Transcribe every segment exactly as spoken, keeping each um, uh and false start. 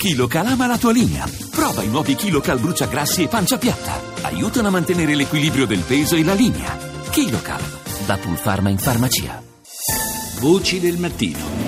KiloCal ama la tua linea. Prova i nuovi KiloCal bruciagrassi e pancia piatta. Aiutano a mantenere l'equilibrio del peso e la linea. KiloCal, da Pulpharma in farmacia. Voci del mattino.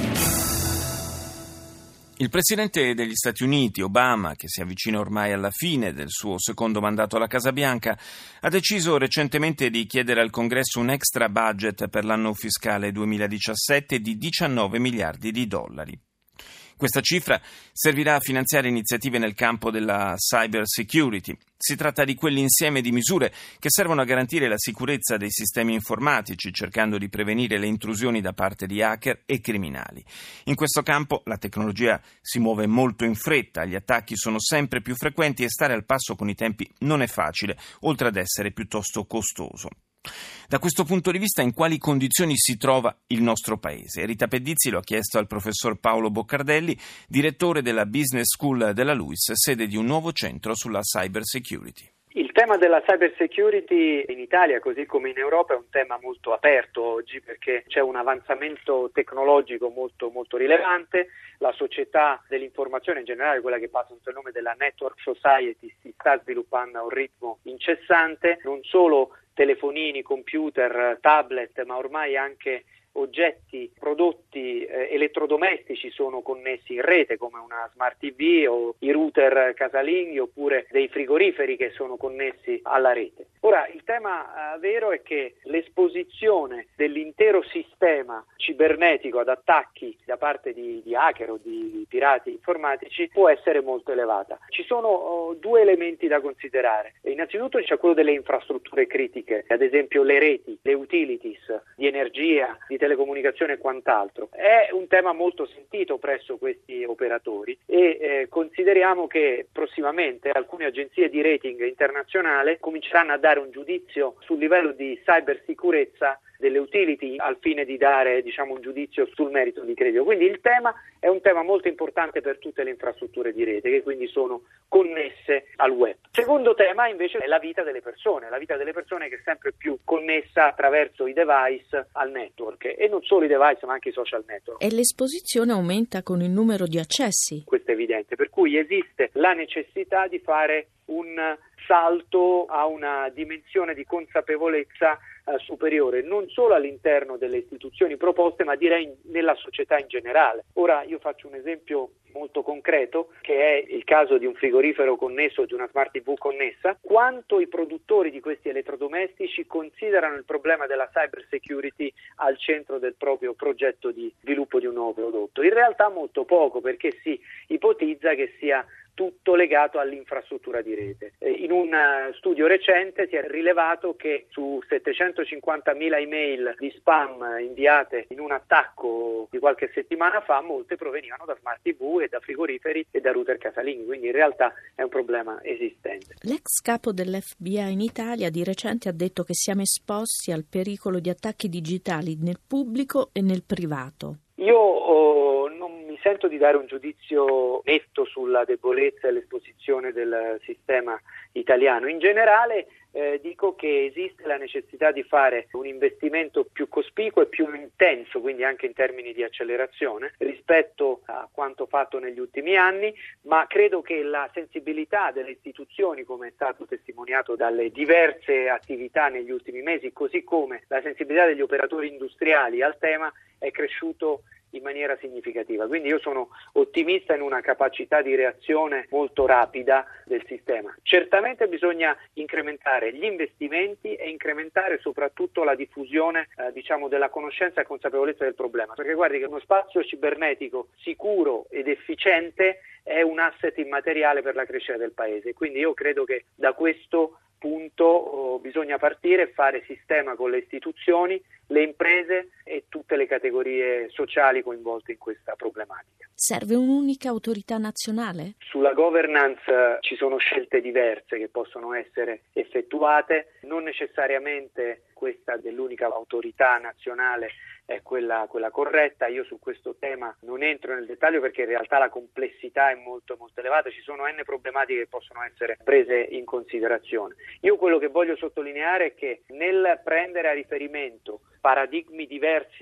Il presidente degli Stati Uniti, Obama, che si avvicina ormai alla fine del suo secondo mandato alla Casa Bianca, ha deciso recentemente di chiedere al Congresso un extra budget per l'anno fiscale duemiladiciassette di diciannove miliardi di dollari. Questa cifra servirà a finanziare iniziative nel campo della cyber security. Si tratta di quell'insieme di misure che servono a garantire la sicurezza dei sistemi informatici, cercando di prevenire le intrusioni da parte di hacker e criminali. In questo campo la tecnologia si muove molto in fretta, gli attacchi sono sempre più frequenti e stare al passo con i tempi non è facile, oltre ad essere piuttosto costoso. Da questo punto di vista, in quali condizioni si trova il nostro paese? Rita Pedizzi lo ha chiesto al professor Paolo Boccardelli, direttore della Business School della LUISS, sede di un nuovo centro sulla cyber security. Il tema della cyber security in Italia, così come in Europa, è un tema molto aperto oggi perché c'è un avanzamento tecnologico molto molto rilevante. La società dell'informazione in generale, quella che passa sotto il nome della Network Society, si sta sviluppando a un ritmo incessante, non solo telefonini, computer, tablet, ma ormai anche oggetti, prodotti eh, elettrodomestici sono connessi in rete, come una smart tivù o i router casalinghi oppure dei frigoriferi che sono connessi alla rete. Ora, il tema eh, vero è che l'esposizione dell'intero sistema cibernetico ad attacchi da parte di, di hacker o di pirati informatici può essere molto elevata. Ci sono oh, due elementi da considerare. Innanzitutto c'è quello delle infrastrutture critiche, ad esempio le reti, le utilities di energia, di telecomunicazione e quant'altro. È un tema molto sentito presso questi operatori e eh, consideriamo che prossimamente alcune agenzie di rating internazionale cominceranno a dare un giudizio sul livello di cybersicurezza delle utility al fine di dare, diciamo, un giudizio sul merito di credito. Quindi il tema è un tema molto importante per tutte le infrastrutture di rete che quindi sono connesse al web. Secondo tema invece è la vita delle persone, la vita delle persone che è sempre più connessa attraverso i device al network e non solo i device ma anche i social network. E l'esposizione aumenta con il numero di accessi. Questo è evidente, per cui esiste la necessità di fare un salto a una dimensione di consapevolezza eh, superiore, non solo all'interno delle istituzioni proposte, ma direi nella società in generale. Ora io faccio un esempio molto concreto, che è il caso di un frigorifero connesso, di una smart tivù connessa. Quanto i produttori di questi elettrodomestici considerano il problema della cyber security al centro del proprio progetto di sviluppo di un nuovo prodotto? In realtà molto poco, perché si ipotizza che sia tutto legato all'infrastruttura di rete. In un studio recente si è rilevato che su settecentocinquantamila email di spam inviate in un attacco di qualche settimana fa, molte provenivano da smart tivù e da frigoriferi e da router casalinghi, quindi in realtà è un problema esistente. L'ex capo dell'F B I in Italia di recente ha detto che siamo esposti al pericolo di attacchi digitali nel pubblico e nel privato. Io oh, non mi sento di dare un giudizio netto sulla debolezza e l'esposizione del sistema italiano. In generale eh, dico che esiste la necessità di fare un investimento più cospicuo e più intenso, quindi anche in termini di accelerazione, rispetto a quanto fatto negli ultimi anni, ma credo che la sensibilità delle istituzioni, come è stato testimoniato dalle diverse attività negli ultimi mesi, così come la sensibilità degli operatori industriali al tema, è cresciuto in maniera significativa. Quindi io sono ottimista in una capacità di reazione molto rapida del sistema. Certamente bisogna incrementare gli investimenti e incrementare soprattutto la diffusione eh, diciamo della conoscenza e consapevolezza del problema, perché guardi che uno spazio cibernetico sicuro ed efficiente è un asset immateriale per la crescita del paese. Quindi io credo che da questo punto oh, bisogna partire e fare sistema con le istituzioni, le imprese e tutte le categorie sociali coinvolte in questa problematica. Serve un'unica autorità nazionale? Sulla governance eh, ci sono scelte diverse che possono essere effettuate, non necessariamente questa dell'unica autorità nazionale è quella, quella corretta. Io su questo tema non entro nel dettaglio perché in realtà la complessità è molto molto elevata, ci sono n problematiche che possono essere prese in considerazione. Io quello che voglio sottolineare è che nel prendere a riferimento paradigmi diversi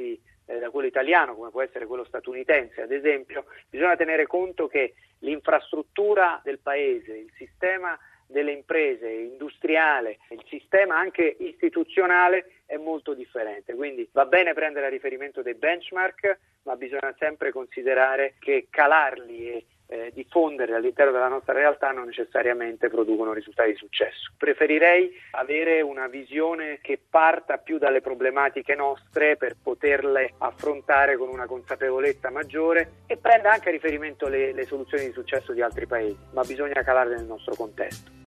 eh, da quello italiano, come può essere quello statunitense ad esempio, bisogna tenere conto che l'infrastruttura del paese, il sistema delle imprese, industriale, il sistema anche istituzionale è molto differente, quindi va bene prendere a riferimento dei benchmark, ma bisogna sempre considerare che calarli e eh, diffonderli all'interno della nostra realtà non necessariamente producono risultati di successo. Preferirei avere una visione che parta più dalle problematiche nostre per poterle affrontare con una consapevolezza maggiore e prenda anche a riferimento le, le soluzioni di successo di altri paesi, ma bisogna calarle nel nostro contesto.